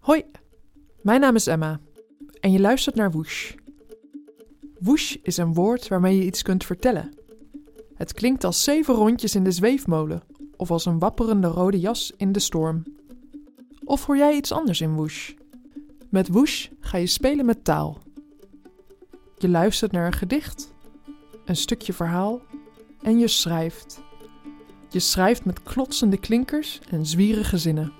Hoi, mijn naam is Emma en je luistert naar Woesh. Woesh is een woord waarmee je iets kunt vertellen. Het klinkt als 7 rondjes in de zweefmolen of als een wapperende rode jas in de storm. Of hoor jij iets anders in Woesh? Met Woesh ga je spelen met taal. Je luistert naar een gedicht, een stukje verhaal en je schrijft. Je schrijft met klotsende klinkers en zwierige zinnen.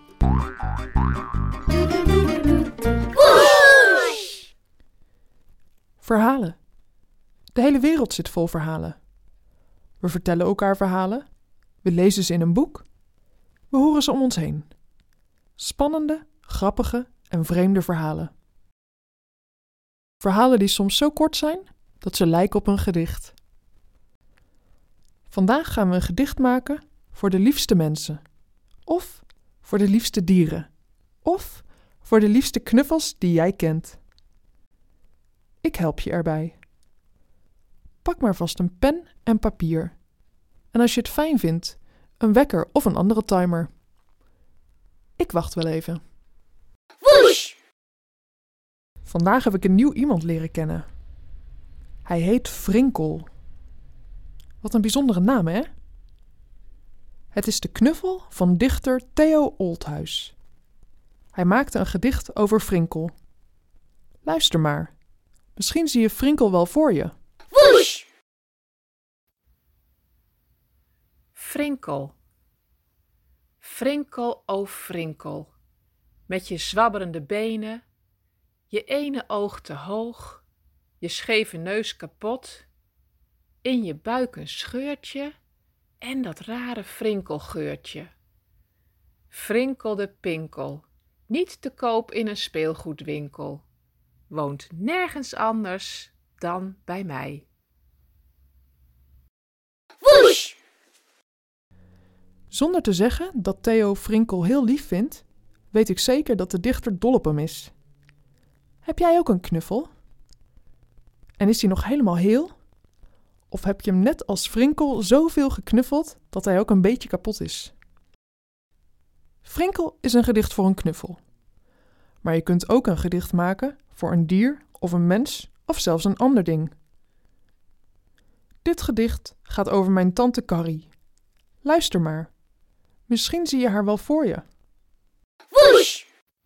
Woesh! Verhalen. De hele wereld zit vol verhalen. We vertellen elkaar verhalen. We lezen ze in een boek. We horen ze om ons heen. Spannende, grappige en vreemde verhalen. Verhalen die soms zo kort zijn dat ze lijken op een gedicht. Vandaag gaan we een gedicht maken voor de liefste mensen. Of voor de liefste dieren. Of voor de liefste knuffels die jij kent. Ik help je erbij. Pak maar vast een pen en papier. En als je het fijn vindt, een wekker of een andere timer. Ik wacht wel even. Woesh! Vandaag heb ik een nieuw iemand leren kennen. Hij heet Frinkel. Wat een bijzondere naam, hè? Het is de knuffel van dichter Theo Oldhuis. Hij maakte een gedicht over Frinkel. Luister maar. Misschien zie je Frinkel wel voor je. Woesh! Frinkel. Frinkel, o Frinkel, met je zwabberende benen, je ene oog te hoog, je scheve neus kapot, in je buik een scheurtje en dat rare frinkelgeurtje. Frinkel de Pinkel, niet te koop in een speelgoedwinkel, woont nergens anders dan bij mij. Woesh! Zonder te zeggen dat Theo Frinkel heel lief vindt, weet ik zeker dat de dichter dol op hem is. Heb jij ook een knuffel? En is hij nog helemaal heel? Of heb je hem net als Frinkel zoveel geknuffeld dat hij ook een beetje kapot is? Frinkel is een gedicht voor een knuffel. Maar je kunt ook een gedicht maken voor een dier of een mens of zelfs een ander ding. Dit gedicht gaat over mijn tante Carrie. Luister maar. Misschien zie je haar wel voor je. Woesh!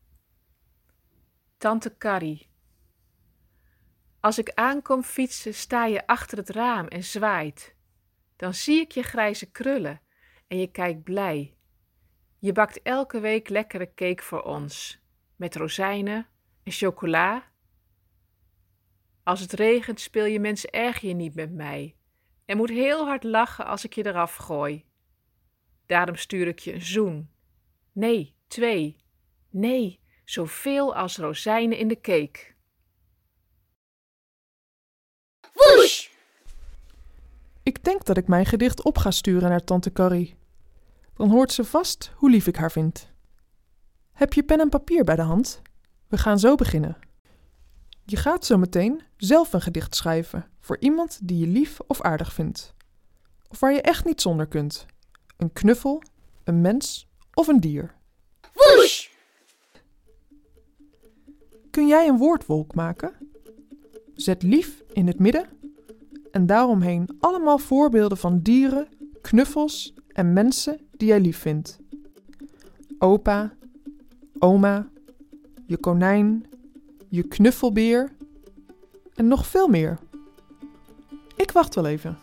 Tante Carrie. Als ik aankom fietsen, sta je achter het raam en zwaait. Dan zie ik je grijze krullen en je kijkt blij. Je bakt elke week lekkere cake voor ons, met rozijnen en chocola. Als het regent speel je mensen erg je niet met mij en moet heel hard lachen als ik je eraf gooi. Daarom stuur ik je een zoen. Nee, 2. Nee, zoveel als rozijnen in de cake. Woesh! Ik denk dat ik mijn gedicht op ga sturen naar tante Carrie. Dan hoort ze vast hoe lief ik haar vind. Heb je pen en papier bij de hand? We gaan zo beginnen. Je gaat zo meteen zelf een gedicht schrijven voor iemand die je lief of aardig vindt. Of waar je echt niet zonder kunt. Een knuffel, een mens of een dier. Woesh! Kun jij een woordwolk maken? Zet lief in het midden en daaromheen allemaal voorbeelden van dieren, knuffels en mensen die jij lief vindt. Opa, oma, je konijn, je knuffelbeer en nog veel meer. Ik wacht wel even.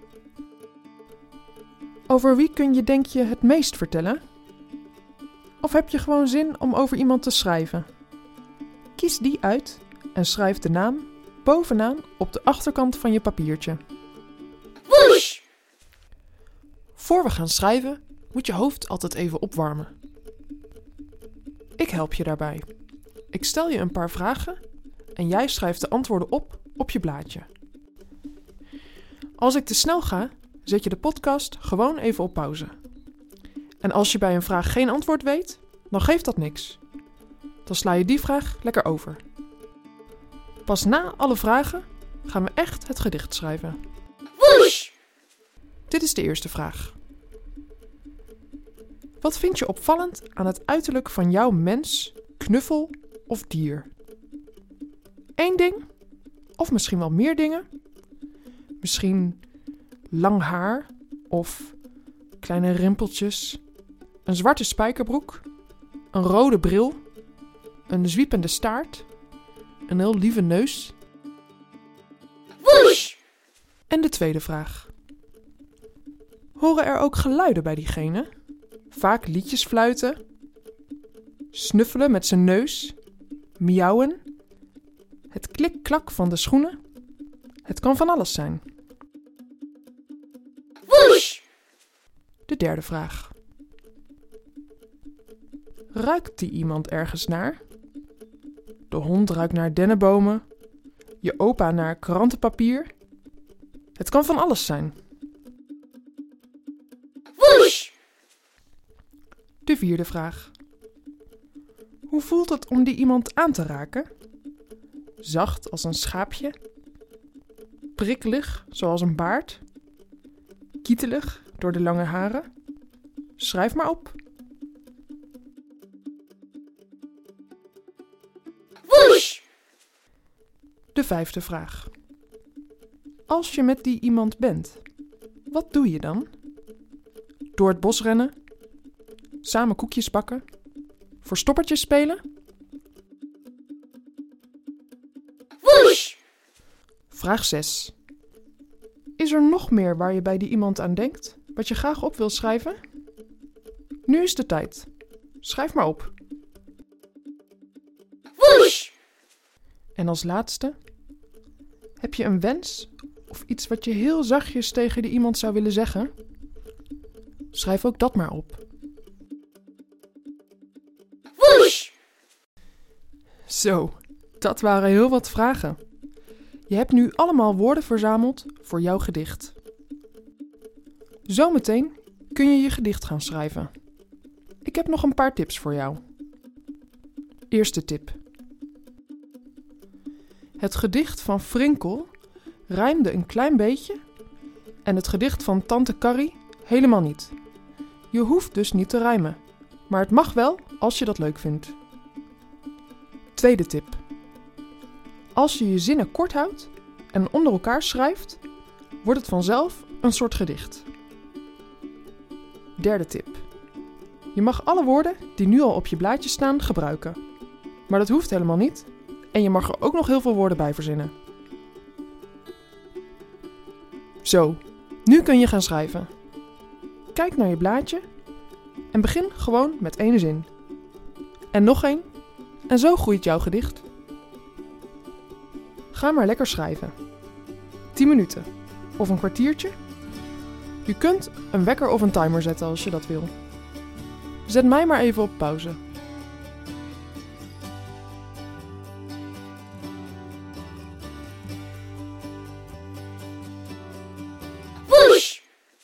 Over wie kun je, denk je, het meest vertellen? Of heb je gewoon zin om over iemand te schrijven? Kies die uit en schrijf de naam bovenaan op de achterkant van je papiertje. Woesh! Voor we gaan schrijven, moet je hoofd altijd even opwarmen. Ik help je daarbij. Ik stel je een paar vragen en jij schrijft de antwoorden op je blaadje. Als ik te snel ga, zet je de podcast gewoon even op pauze. En als je bij een vraag geen antwoord weet, dan geeft dat niks. Dan sla je die vraag lekker over. Pas na alle vragen gaan we echt het gedicht schrijven. Woesh! Dit is de eerste vraag. Wat vind je opvallend aan het uiterlijk van jouw mens, knuffel of dier. 1 ding, of misschien wel meer dingen. Misschien lang haar of kleine rimpeltjes, een zwarte spijkerbroek, een rode bril, een zwiepende staart, een heel lieve neus. Woesh! En de tweede vraag. Horen er ook geluiden bij diegene? Vaak liedjes fluiten, snuffelen met zijn neus, miauwen, het klik-klak van de schoenen. Het kan van alles zijn. Woesh! De derde vraag. Ruikt die iemand ergens naar? De hond ruikt naar dennenbomen, je opa naar krantenpapier. Het kan van alles zijn. Woesh! De vierde vraag. Hoe voelt het om die iemand aan te raken? Zacht als een schaapje? Prikkelig zoals een baard? Kietelig door de lange haren? Schrijf maar op. Woesh! De vijfde vraag. Als je met die iemand bent, wat doe je dan? Door het bos rennen? Samen koekjes bakken? Verstoppertjes spelen? Woesh! Vraag 6. Is er nog meer waar je bij die iemand aan denkt, wat je graag op wil schrijven? Nu is de tijd. Schrijf maar op. Woesh! En als laatste, heb je een wens of iets wat je heel zachtjes tegen die iemand zou willen zeggen? Schrijf ook dat maar op. Woesh! Zo, dat waren heel wat vragen. Je hebt nu allemaal woorden verzameld voor jouw gedicht. Zometeen kun je je gedicht gaan schrijven. Ik heb nog een paar tips voor jou. Eerste tip. Het gedicht van Frinkel rijmde een klein beetje en het gedicht van Tante Carrie helemaal niet. Je hoeft dus niet te rijmen, maar het mag wel als je dat leuk vindt. Tweede tip. Als je je zinnen kort houdt en onder elkaar schrijft, wordt het vanzelf een soort gedicht. Derde tip. Je mag alle woorden die nu al op je blaadje staan gebruiken. Maar dat hoeft helemaal niet en je mag er ook nog heel veel woorden bij verzinnen. Zo, nu kun je gaan schrijven. Kijk naar je blaadje en begin gewoon met 1 zin. En nog 1 en zo groeit jouw gedicht. Ga maar lekker schrijven. 10 minuten of een kwartiertje. Je kunt een wekker of een timer zetten als je dat wil. Zet mij maar even op pauze. Woesh!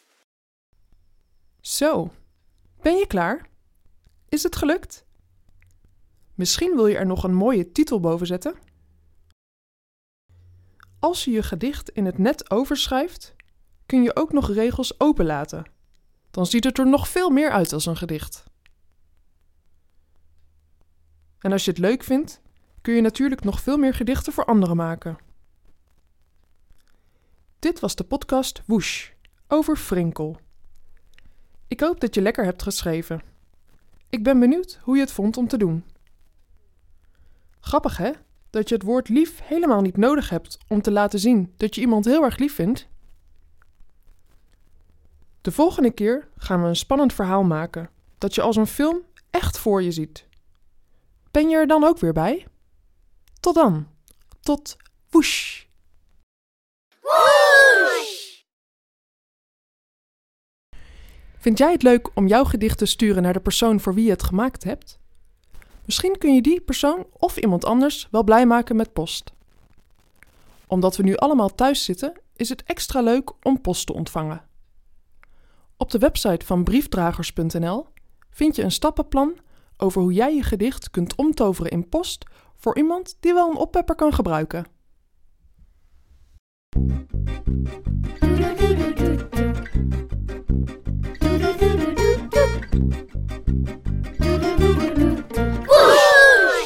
Zo, ben je klaar? Is het gelukt? Misschien wil je er nog een mooie titel boven zetten? Als je je gedicht in het net overschrijft, kun je ook nog regels openlaten. Dan ziet het er nog veel meer uit als een gedicht. En als je het leuk vindt, kun je natuurlijk nog veel meer gedichten voor anderen maken. Dit was de podcast Woesh over Frinkel. Ik hoop dat je lekker hebt geschreven. Ik ben benieuwd hoe je het vond om te doen. Grappig hè, dat je het woord lief helemaal niet nodig hebt om te laten zien dat je iemand heel erg lief vindt. De volgende keer gaan we een spannend verhaal maken dat je als een film echt voor je ziet. Ben je er dan ook weer bij? Tot dan. Tot woesh! Woesh! Vind jij het leuk om jouw gedicht te sturen naar de persoon voor wie je het gemaakt hebt? Misschien kun je die persoon of iemand anders wel blij maken met post. Omdat we nu allemaal thuis zitten, is het extra leuk om post te ontvangen. Op de website van briefdragers.nl vind je een stappenplan over hoe jij je gedicht kunt omtoveren in post voor iemand die wel een oppepper kan gebruiken. Woesh!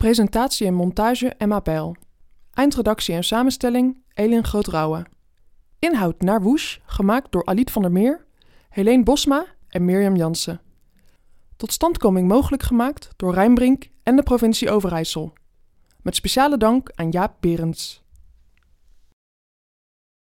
Presentatie en montage Emma Bijl. Eindredactie en samenstelling Elin Groot-Rauwe. Inhoud naar Woesh, gemaakt door Aliet van der Meer, Helene Bosma en Mirjam Jansen. Totstandkoming mogelijk gemaakt door Rijnbrink en de provincie Overijssel. Met speciale dank aan Jaap Berends.